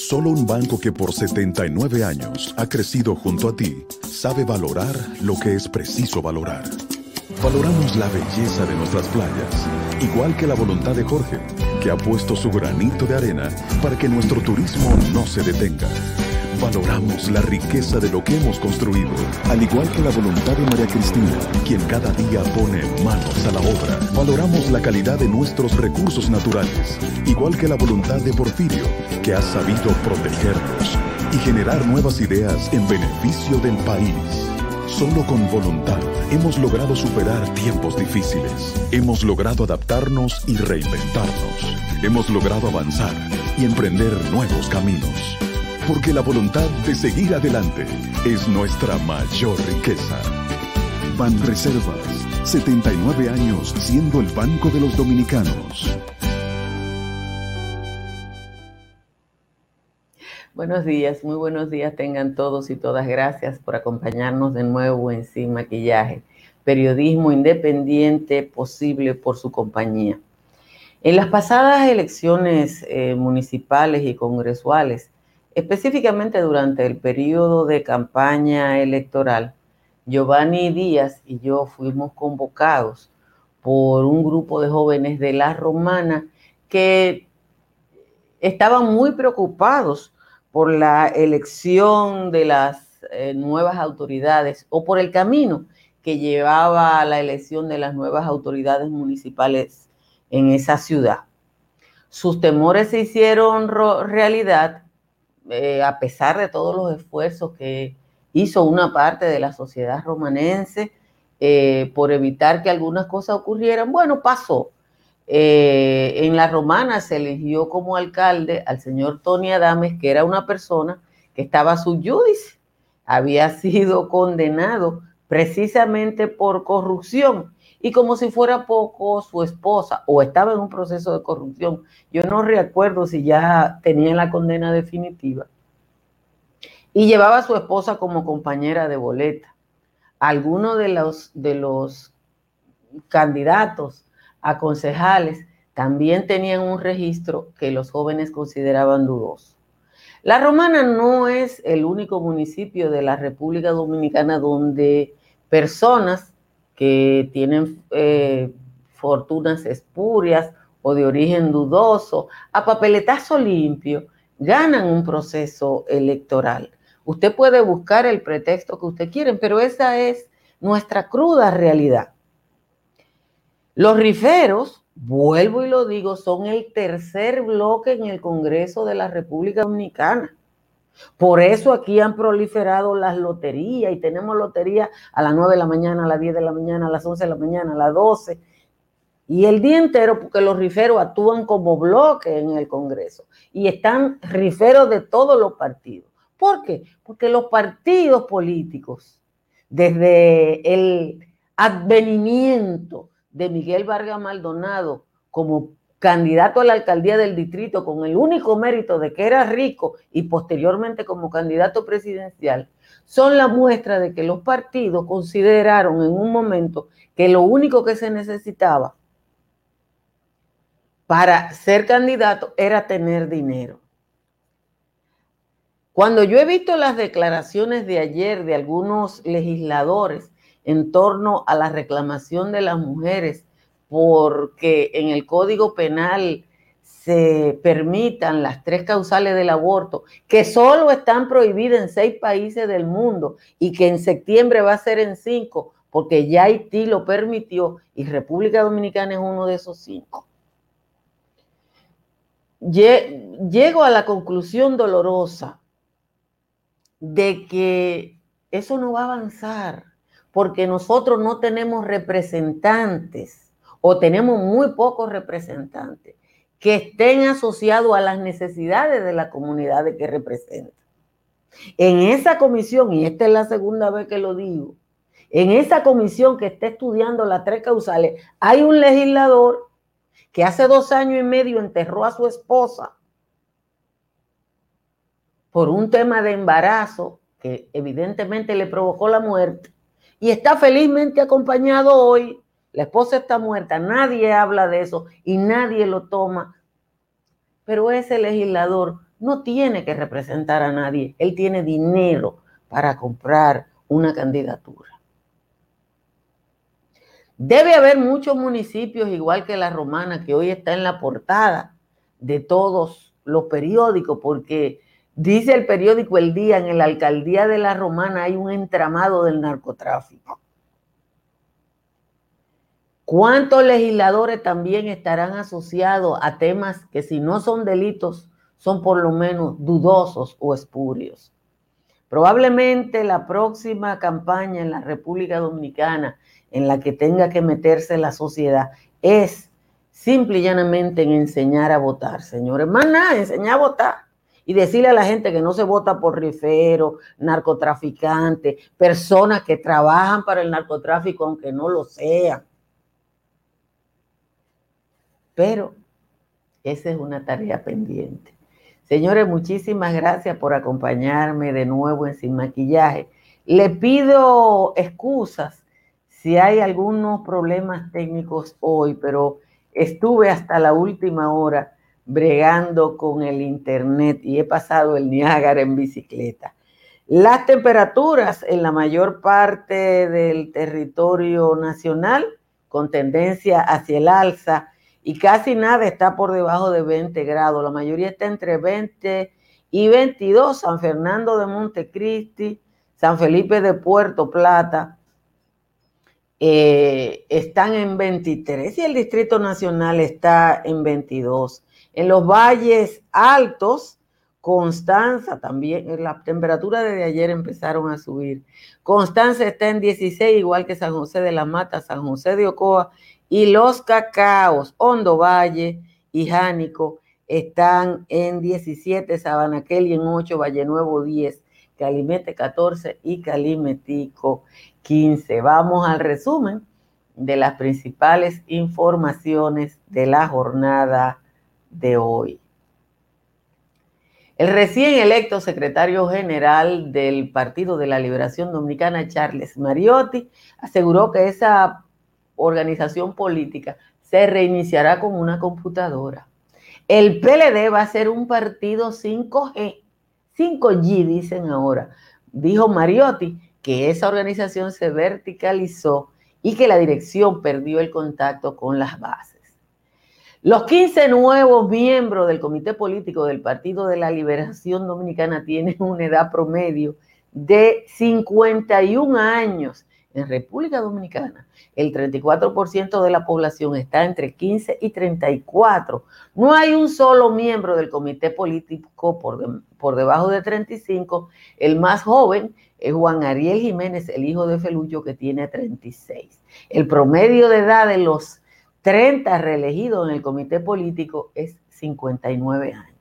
Solo un banco que por 79 años ha crecido junto a ti sabe valorar lo que es preciso valorar. Valoramos la belleza de nuestras playas, igual que la voluntad de Jorge, que ha puesto su granito de arena para que nuestro turismo no se detenga. Valoramos la riqueza de lo que hemos construido, al igual que la voluntad de María Cristina, quien cada día pone manos a la obra. Valoramos la calidad de nuestros recursos naturales, igual que la voluntad de Porfirio, que ha sabido protegerlos y generar nuevas ideas en beneficio del país. Solo con voluntad hemos logrado superar tiempos difíciles. Hemos logrado adaptarnos y reinventarnos. Hemos logrado avanzar y emprender nuevos caminos. Porque la voluntad de seguir adelante es nuestra mayor riqueza. Banreservas, 79 años siendo el banco de los dominicanos. Buenos días, muy buenos días tengan todos y todas. Gracias por acompañarnos de nuevo en Sin Maquillaje, periodismo independiente posible por su compañía. En las pasadas elecciones municipales y congresuales, específicamente durante el periodo de campaña electoral, Giovanni Díaz y yo fuimos convocados por un grupo de jóvenes de La Romana que estaban muy preocupados por la elección de las nuevas autoridades o por el camino que llevaba a la elección de las nuevas autoridades municipales en esa ciudad. Sus temores se hicieron realidad a pesar de todos los esfuerzos que hizo una parte de la sociedad romanense por evitar que algunas cosas ocurrieran. Bueno, pasó. En La Romana se eligió como alcalde al señor Tony Adames, que era una persona que estaba sub judice, había sido condenado precisamente por corrupción. Y como si fuera poco, su esposa, o estaba en un proceso de corrupción, yo no recuerdo si ya tenía la condena definitiva, y llevaba a su esposa como compañera de boleta. Algunos de los candidatos a concejales también tenían un registro que los jóvenes consideraban dudoso. La Romana no es el único municipio de la República Dominicana donde personas que tienen fortunas espurias o de origen dudoso, a papeletazo limpio, ganan un proceso electoral. Usted puede buscar el pretexto que usted quiera, pero esa es nuestra cruda realidad. Los riferos, vuelvo y lo digo, son el tercer bloque en el Congreso de la República Dominicana. Por eso aquí han proliferado las loterías y tenemos loterías a las 9 de la mañana, a las 10 de la mañana, a las 11 de la mañana, a las 12 y el día entero, porque los riferos actúan como bloque en el Congreso y están riferos de todos los partidos. ¿Por qué? Porque los partidos políticos, desde el advenimiento de Miguel Vargas Maldonado como candidato a la alcaldía del distrito con el único mérito de que era rico y posteriormente como candidato presidencial, son la muestra de que los partidos consideraron en un momento que lo único que se necesitaba para ser candidato era tener dinero. Cuando yo he visto las declaraciones de ayer de algunos legisladores en torno a la reclamación de las mujeres porque en el Código Penal se permitan las 3 causales del aborto, que solo están prohibidas en 6 países del mundo y que en septiembre va a ser en 5, porque ya Haití lo permitió y República Dominicana es uno de esos 5. Llego a la conclusión dolorosa de que eso no va a avanzar porque nosotros no tenemos representantes o tenemos muy pocos representantes que estén asociados a las necesidades de la comunidad que representan. En esa comisión, y esta es la segunda vez que lo digo, en esa comisión que está estudiando las 3 causales, hay un legislador que hace 2 años y medio enterró a su esposa por un tema de embarazo que evidentemente le provocó la muerte y está felizmente acompañado hoy. La esposa está muerta, nadie habla de eso y nadie lo toma. Pero ese legislador no tiene que representar a nadie, él tiene dinero para comprar una candidatura. Debe haber muchos municipios, igual que La Romana, que hoy está en la portada de todos los periódicos, porque dice el periódico El Día, en la alcaldía de La Romana hay un entramado del narcotráfico. ¿Cuántos legisladores también estarán asociados a temas que, si no son delitos, son por lo menos dudosos o espurios? Probablemente la próxima campaña en la República Dominicana en la que tenga que meterse la sociedad es simple y llanamente en enseñar a votar, señores. Más nada, enseñar a votar y decirle a la gente que no se vota por rifero, narcotraficante, personas que trabajan para el narcotráfico aunque no lo sean. Pero esa es una tarea pendiente. Señores, muchísimas gracias por acompañarme de nuevo en Sin Maquillaje. Le pido excusas si hay algunos problemas técnicos hoy, pero estuve hasta la última hora bregando con el internet y he pasado el Niágara en bicicleta. Las temperaturas en la mayor parte del territorio nacional con tendencia hacia el alza, y casi nada está por debajo de 20 grados. La mayoría está entre 20 y 22. San Fernando de Montecristi, San Felipe de Puerto Plata están en 23 y el Distrito Nacional está en 22. En los valles altos, Constanza también, las temperaturas desde ayer empezaron a subir. Constanza está en 16, igual que San José de la Mata, San José de Ocoa, y Los Cacaos, Hondo Valle y Jánico están en 17, Sabanaquel en 8, Valle Nuevo 10, Calimete 14 y Calimetico 15. Vamos al resumen de las principales informaciones de la jornada de hoy. El recién electo secretario general del Partido de la Liberación Dominicana, Charles Mariotti, aseguró que esa organización política se reiniciará con una computadora. El PLD va a ser un partido 5G, 5G dicen ahora. Dijo Mariotti que esa organización se verticalizó y que la dirección perdió el contacto con las bases. Los 15 nuevos miembros del Comité Político del Partido de la Liberación Dominicana tienen una edad promedio de 51 años. En República Dominicana, el 34% de la población está entre 15 y 34. No hay un solo miembro del comité político por debajo de 35. El más joven es Juan Ariel Jiménez, el hijo de Felucho, que tiene 36. El promedio de edad de los 30 reelegidos en el comité político es 59 años.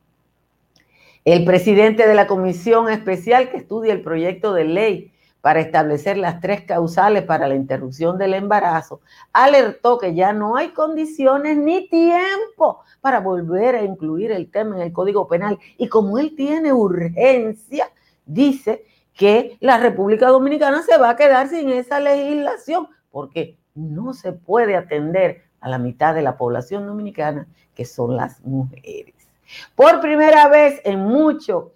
El presidente de la comisión especial que estudia el proyecto de ley para establecer las 3 causales para la interrupción del embarazo, alertó que ya no hay condiciones ni tiempo para volver a incluir el tema en el Código Penal. Y como él tiene urgencia, dice que la República Dominicana se va a quedar sin esa legislación, porque no se puede atender a la mitad de la población dominicana, que son las mujeres. Por primera vez en muchos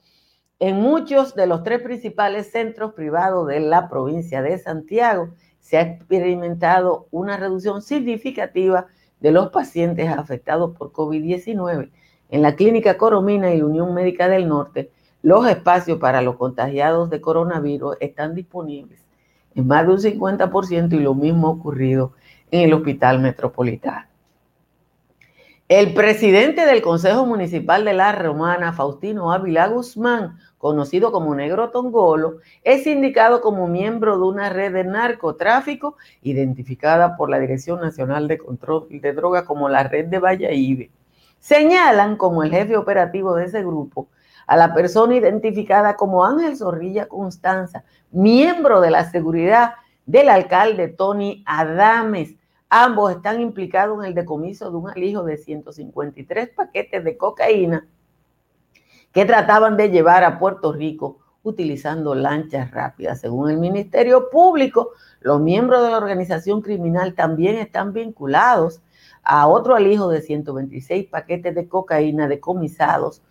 de los 3 principales centros privados de la provincia de Santiago se ha experimentado una reducción significativa de los pacientes afectados por COVID-19. En la Clínica Coromina y la Unión Médica del Norte, los espacios para los contagiados de coronavirus están disponibles en más de un 50% y lo mismo ha ocurrido en el Hospital Metropolitano. El presidente del Consejo Municipal de La Romana, Faustino Ávila Guzmán, conocido como Negro Tongolo, es indicado como miembro de una red de narcotráfico identificada por la Dirección Nacional de Control de Drogas como la Red de Valladolid. Señalan como el jefe operativo de ese grupo a la persona identificada como Ángel Zorrilla Constanza, miembro de la seguridad del alcalde Tony Adames. Ambos están implicados en el decomiso de un alijo de 153 paquetes de cocaína que trataban de llevar a Puerto Rico utilizando lanchas rápidas. Según el Ministerio Público, los miembros de la organización criminal también están vinculados a otro alijo de 126 paquetes de cocaína decomisados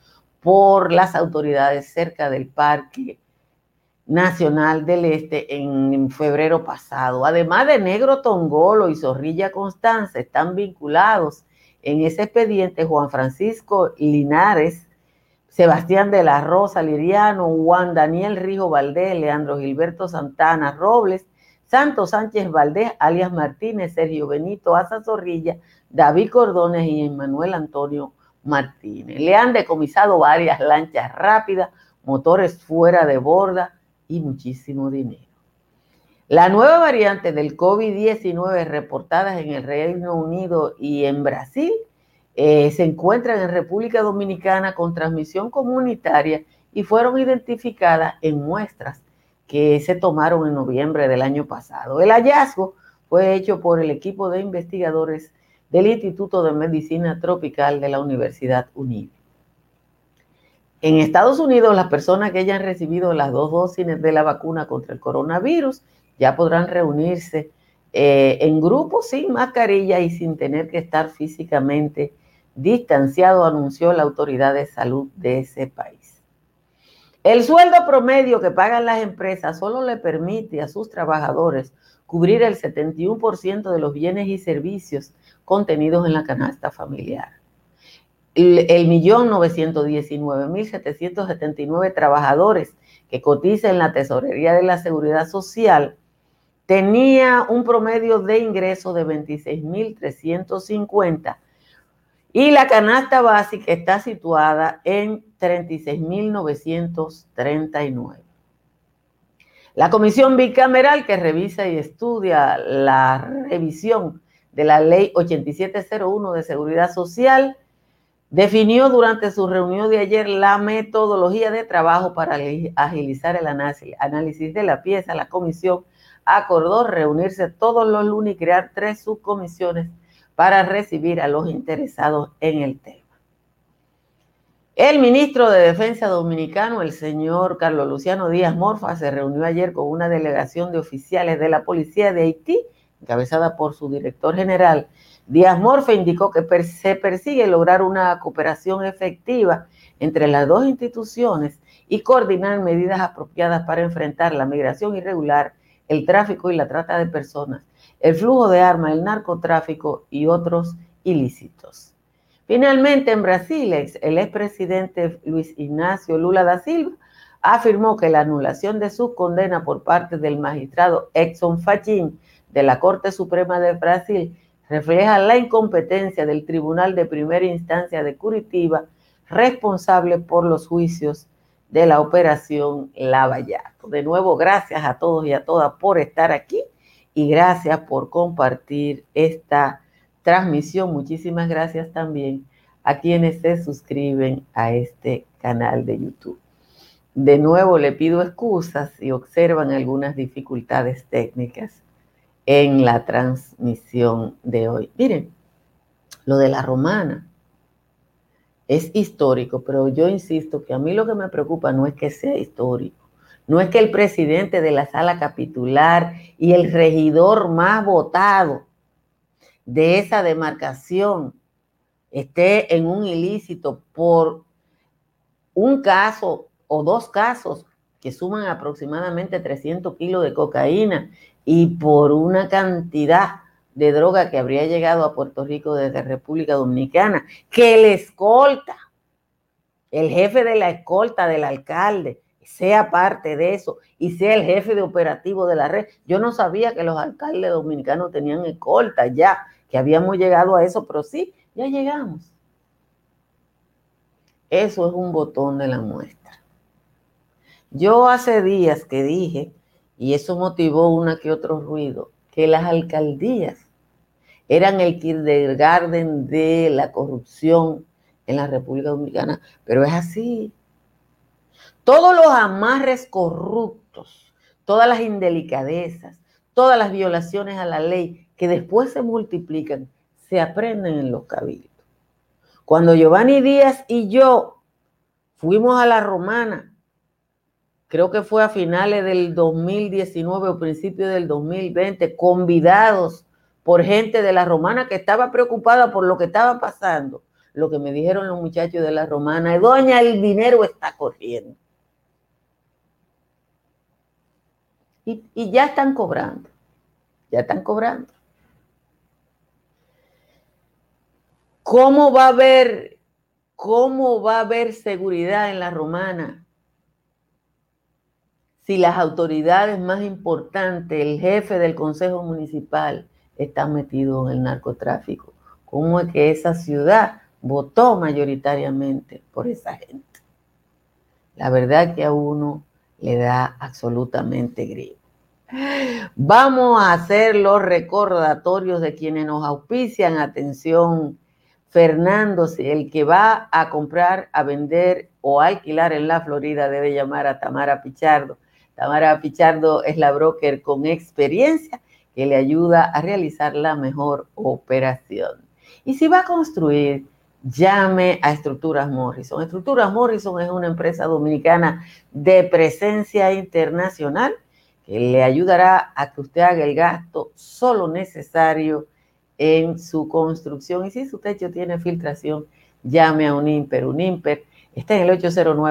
por las autoridades cerca del Parque Nacional del Este en febrero pasado. Además de Negro Tongolo y Zorrilla Constanza, están vinculados en ese expediente Juan Francisco Linares, Sebastián de la Rosa Liriano, Juan Daniel Rijo Valdés, Leandro Gilberto Santana Robles, Santos Sánchez Valdés, alias Martínez, Sergio Benito Asa Zorrilla, David Cordones y Emmanuel Antonio Martínez. Le han decomisado varias lanchas rápidas, motores fuera de borda y muchísimo dinero. La nueva variante del COVID-19 reportadas en el Reino Unido y en Brasil se encuentran en República Dominicana con transmisión comunitaria y fueron identificadas en muestras que se tomaron en noviembre del año pasado. El hallazgo fue hecho por el equipo de investigadores del Instituto de Medicina Tropical de la Universidad UNIBE. En Estados Unidos, las personas que hayan recibido las 2 dosis de la vacuna contra el coronavirus ya podrán reunirse en grupos sin mascarilla y sin tener que estar físicamente distanciado, anunció la autoridad de salud de ese país. El sueldo promedio que pagan las empresas solo le permite a sus trabajadores cubrir el 71% de los bienes y servicios contenidos en la canasta familiar. El 1.919.779 trabajadores que cotizan en la Tesorería de la Seguridad Social tenía un promedio de ingreso de 26.350 y la canasta básica está situada en 36.939. La comisión bicameral que revisa y estudia la revisión de la Ley 8701 de Seguridad Social definió durante su reunión de ayer la metodología de trabajo para agilizar el análisis de la pieza. La comisión acordó reunirse todos los lunes y crear 3 subcomisiones para recibir a los interesados en el tema. El ministro de Defensa dominicano, el señor Carlos Luciano Díaz Morfa, se reunió ayer con una delegación de oficiales de la Policía de Haití, encabezada por su director general. Díaz Morfa indicó que se persigue lograr una cooperación efectiva entre las 2 instituciones y coordinar medidas apropiadas para enfrentar la migración irregular, el tráfico y la trata de personas, el flujo de armas, el narcotráfico y otros ilícitos. Finalmente, en Brasil, el expresidente Luis Ignacio Lula da Silva afirmó que la anulación de su condena por parte del magistrado Edson Fachin de la Corte Suprema de Brasil refleja la incompetencia del Tribunal de Primera Instancia de Curitiba, responsable por los juicios de la Operación Lava Jato. De nuevo, gracias a todos y a todas por estar aquí y gracias por compartir esta transmisión. Muchísimas gracias también a quienes se suscriben a este canal de YouTube. De nuevo le pido excusas si observan algunas dificultades técnicas en la transmisión de hoy. Miren, lo de la Romana es histórico, pero yo insisto que a mí lo que me preocupa no es que sea histórico, no es que el presidente de la sala capitular y el regidor más votado de esa demarcación esté en un ilícito por un caso o 2 casos que suman aproximadamente 300 kilos de cocaína y por una cantidad de droga que habría llegado a Puerto Rico desde República Dominicana, que el escolta, el jefe de la escolta del alcalde, sea parte de eso y sea el jefe de operativo de la red. Yo no sabía que los alcaldes dominicanos tenían escolta ya, que habíamos llegado a eso, pero sí, ya llegamos. Eso es un botón de la muestra. Yo hace días que dije, y eso motivó una que otro ruido, que las alcaldías eran el kindergarten de la corrupción en la República Dominicana, pero es así. Todos los amarres corruptos, todas las indelicadezas, todas las violaciones a la ley que después se multiplican, se aprenden en los cabildos. Cuando Giovanni Díaz y yo fuimos a la Romana, creo que fue a finales del 2019 o principios del 2020, convidados por gente de la Romana que estaba preocupada por lo que estaba pasando, lo que me dijeron los muchachos de la Romana, doña, el dinero está corriendo. Y ya están cobrando, ya están cobrando. ¿Cómo va a haber seguridad en la Romana si las autoridades más importantes, el jefe del Consejo Municipal, está metido en el narcotráfico? ¿Cómo es que esa ciudad votó mayoritariamente por esa gente? La verdad que a uno le da absolutamente grima. Vamos a hacer los recordatorios de quienes nos auspician. Atención, Fernando, si el que va a comprar, a vender o a alquilar en la Florida debe llamar a Tamara Pichardo. Tamara Pichardo es la broker con experiencia que le ayuda a realizar la mejor operación. Y si va a construir, llame a Estructuras Morrison. Estructuras Morrison es una empresa dominicana de presencia internacional que le ayudará a que usted haga el gasto solo necesario en su construcción. Y si su techo tiene filtración, llame a Unimper. Unimper está en el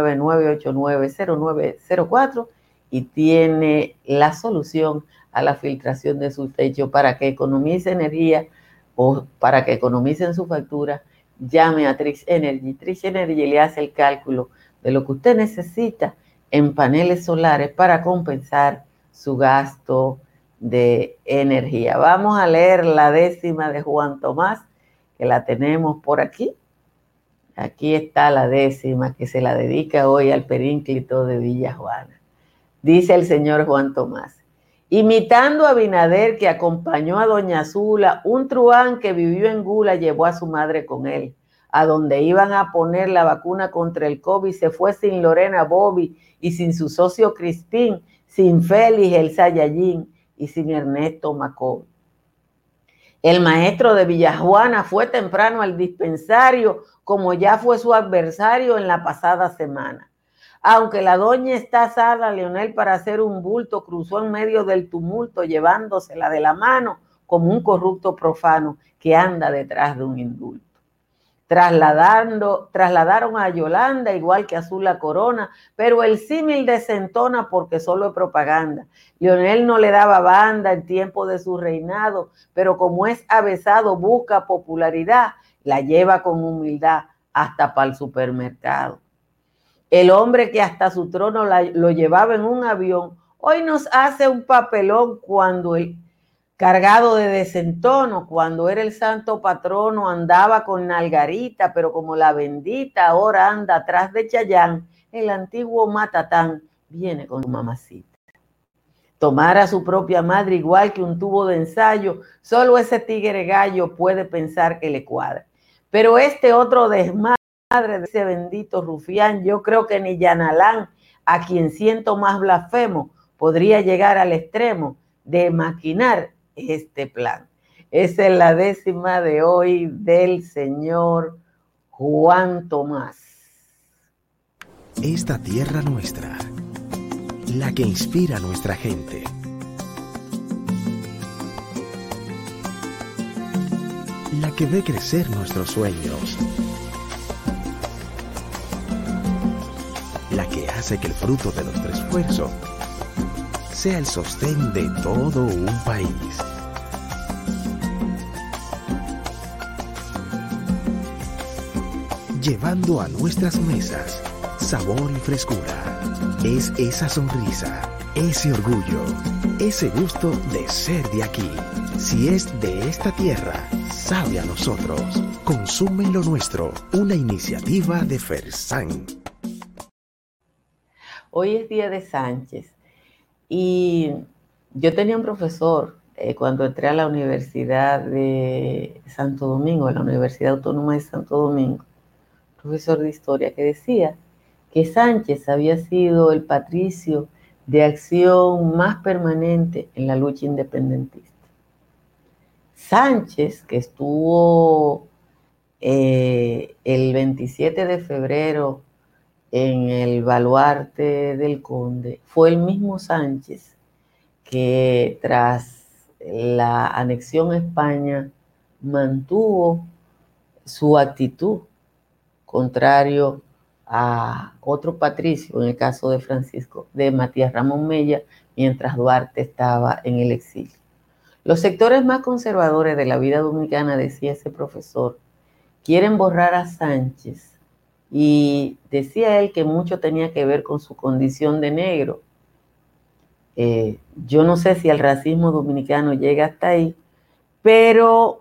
809-989-0904 y tiene la solución a la filtración de su techo para que economice energía o para que economicen su factura. Llame a Trix Energy. Trix Energy le hace el cálculo de lo que usted necesita en paneles solares para compensar su gasto de energía. Vamos a leer la 10ª de Juan Tomás, que la tenemos por aquí. Aquí está la 10ª que se la dedica hoy al perínclito de Villa Juana. Dice el señor Juan Tomás: imitando a Abinader, que acompañó a doña Zula, un truán que vivió en Gula llevó a su madre con él. A donde iban a poner la vacuna contra el COVID se fue sin Lorena Bobby y sin su socio Crispín, sin Félix el Saiyajin y sin Ernesto Macó. El maestro de Villajuana fue temprano al dispensario, como ya fue su adversario en la pasada semana. Aunque la doña está asada, Leonel, para hacer un bulto, cruzó en medio del tumulto llevándosela de la mano como un corrupto profano que anda detrás de un indulto. Trasladaron a Yolanda igual que a Zula Corona, pero el símil desentona porque solo es propaganda. Leonel no le daba banda en tiempo de su reinado, pero como es avesado, busca popularidad, la lleva con humildad hasta para el supermercado. El hombre que hasta su trono lo llevaba en un avión, hoy nos hace un papelón cuando cargado de desentono, cuando era el santo patrono andaba con nalgarita, pero como la bendita ahora anda atrás de Chayán, el antiguo matatán viene con su mamacita. Tomar a su propia madre igual que un tubo de ensayo, solo ese tigre gallo puede pensar que le cuadra. Pero este otro desmadre de ese bendito rufián, yo creo que ni Yanalán, a quien siento más blasfemo, podría llegar al extremo de maquinar este plan. Esa es la 10ª de hoy del señor Juan Tomás. Esta tierra nuestra, la que inspira a nuestra gente. La que ve crecer nuestros sueños. La que hace que el fruto de nuestro esfuerzo sea el sostén de todo un país. Llevando a nuestras mesas sabor y frescura. Es esa sonrisa, ese orgullo, ese gusto de ser de aquí. Si es de esta tierra, sabe a nosotros. Consume lo nuestro, una iniciativa de Fersan. Hoy es día de Sánchez y yo tenía un profesor cuando entré a la Universidad de Santo Domingo, a la Universidad Autónoma de Santo Domingo, profesor de historia, que decía que Sánchez había sido el patricio de acción más permanente en la lucha independentista. Sánchez, que estuvo el 27 de febrero en el baluarte del Conde, fue el mismo Sánchez que tras la anexión a España mantuvo su actitud contrario a otro patricio, en el caso de Francisco, de Matías Ramón Mella, mientras Duarte estaba en el exilio. Los sectores más conservadores de la vida dominicana, decía ese profesor, quieren borrar a Sánchez, y decía él que mucho tenía que ver con su condición de negro. Yo no sé si el racismo dominicano llega hasta ahí, pero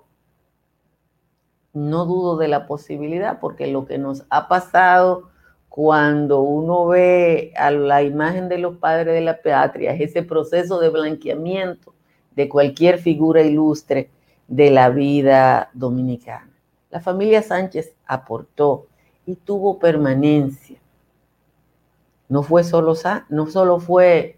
no dudo de la posibilidad, porque lo que nos ha pasado cuando uno ve a la imagen de los padres de la patria es ese proceso de blanqueamiento de cualquier figura ilustre de la vida dominicana. La familia Sánchez aportó y tuvo permanencia. No solo fue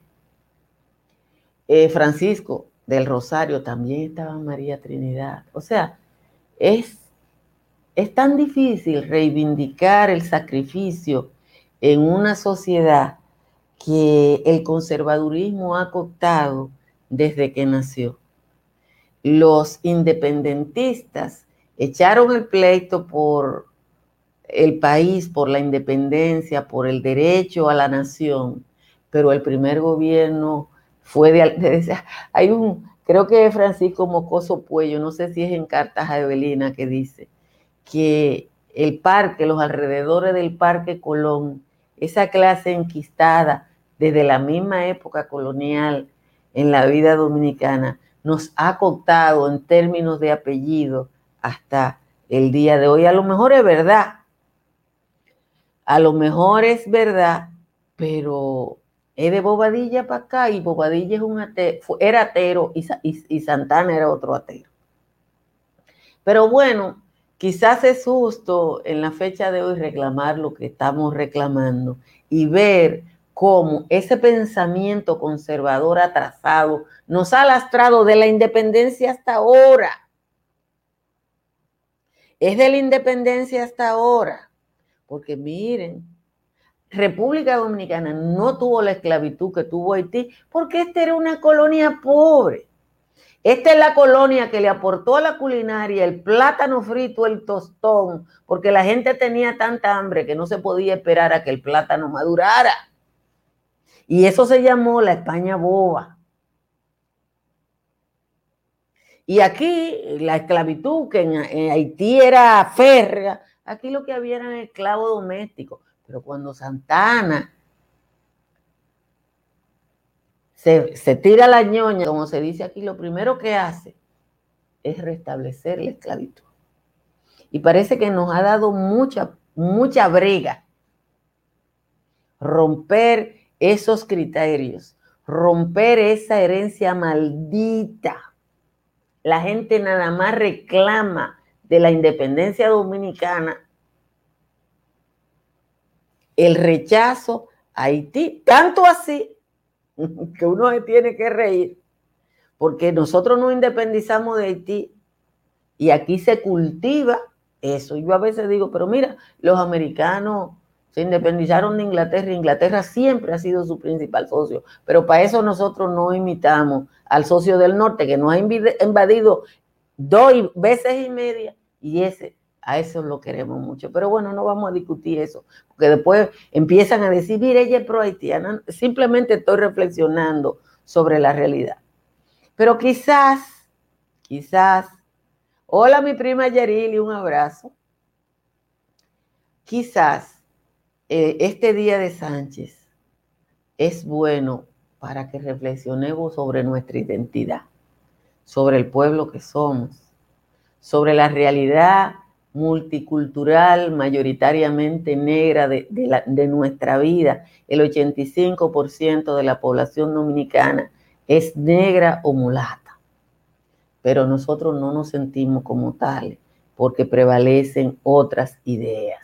Francisco del Rosario, también estaba María Trinidad. O sea, es tan difícil reivindicar el sacrificio en una sociedad que el conservadurismo ha cooptado desde que nació. Los independentistas echaron el pleito por el país, por la independencia, por el derecho a la nación, pero el primer gobierno fue creo que es Francisco Mocoso Puello, no sé si es en Cartas a Evelina, que dice que el parque, los alrededores del Parque Colón, esa clase enquistada desde la misma época colonial en la vida dominicana, nos ha cooptado en términos de apellido hasta el día de hoy. A lo mejor es verdad, pero es de Bobadilla para acá, y Bobadilla era atero y Santana era otro atero. Pero bueno, quizás es justo en la fecha de hoy reclamar lo que estamos reclamando y ver cómo ese pensamiento conservador atrasado nos ha lastrado de la independencia hasta ahora. Es de la independencia hasta ahora. Porque miren, República Dominicana no tuvo la esclavitud que tuvo Haití porque esta era una colonia pobre. Esta es la colonia que le aportó a la culinaria el plátano frito, el tostón, porque la gente tenía tanta hambre que no se podía esperar a que el plátano madurara. Y eso se llamó la España boba. Y aquí la esclavitud, que en Haití era férrea, aquí lo que había eran esclavos domésticos. Pero cuando Santana se tira la ñoña, como se dice aquí, lo primero que hace es restablecer la esclavitud. Y parece que nos ha dado mucha brega romper esos criterios, romper esa herencia maldita. La gente nada más reclama de la independencia dominicana el rechazo a Haití, tanto así que uno se tiene que reír, porque nosotros nos independizamos de Haití y aquí se cultiva eso. Yo a veces digo, pero mira, los americanos se independizaron de Inglaterra, y Inglaterra siempre ha sido su principal socio, pero para eso nosotros no imitamos al socio del norte, que nos ha invadido 2 veces y media, y a eso lo queremos mucho. Pero bueno, no vamos a discutir eso, porque después empiezan a decir, mira, ella es pro-haitiana. Simplemente estoy reflexionando sobre la realidad. Pero quizás, hola mi prima Yarili, un abrazo. Quizás este día de Sánchez es bueno para que reflexionemos sobre nuestra identidad, sobre el pueblo que somos, sobre la realidad multicultural, mayoritariamente negra de nuestra vida. El 85% de la población dominicana es negra o mulata, pero nosotros no nos sentimos como tales porque prevalecen otras ideas.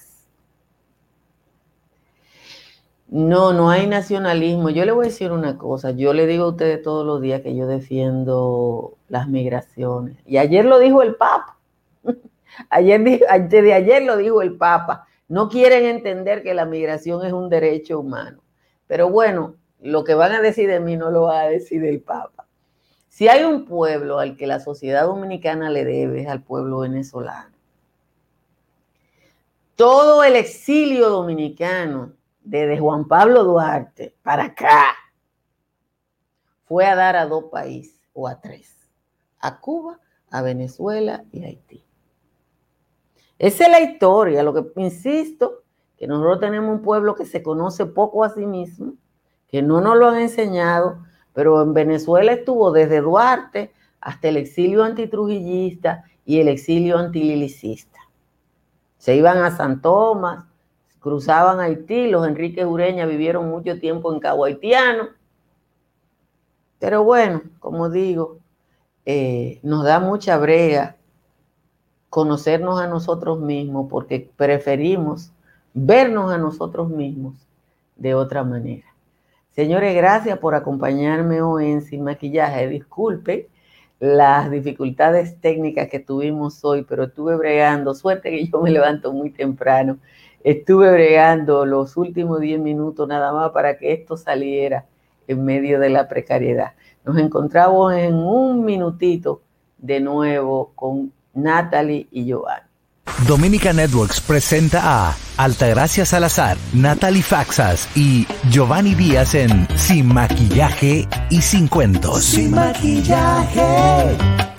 No hay nacionalismo. Yo le voy a decir una cosa, yo le digo a ustedes todos los días que yo defiendo las migraciones, y ayer lo dijo el Papa. Antes de ayer lo dijo el Papa. No quieren entender que la migración es un derecho humano. Pero bueno, lo que van a decir de mí no lo va a decir el Papa. Si hay un pueblo al que la sociedad dominicana le debe, es al pueblo venezolano. todo el exilio dominicano, desde Juan Pablo Duarte para acá, fue a dar a 2 países o a 3, a Cuba, a Venezuela y a Haití. Esa es la historia. Lo que insisto, que nosotros tenemos un pueblo que se conoce poco a sí mismo, que no nos lo han enseñado, pero en Venezuela estuvo desde Duarte hasta el exilio antitrujillista y el exilio antililicista. Se iban a San Tomás, cruzaban Haití, los Enrique Ureña vivieron mucho tiempo en Cabo Haitiano. Pero bueno, como digo, nos da mucha brega conocernos a nosotros mismos porque preferimos vernos a nosotros mismos de otra manera. Señores, gracias por acompañarme hoy en Sin Maquillaje. Disculpen las dificultades técnicas que tuvimos hoy, pero estuve bregando, suerte que yo me levanto muy temprano, estuve bregando los últimos 10 minutos nada más para que esto saliera en medio de la precariedad. Nos encontramos en un minutito de nuevo con Natalie y Giovanni. Dominica Networks presenta a Altagracia Salazar, Natalie Faxas y Giovanni Díaz en Sin Maquillaje y Sin Cuentos. Sin Maquillaje.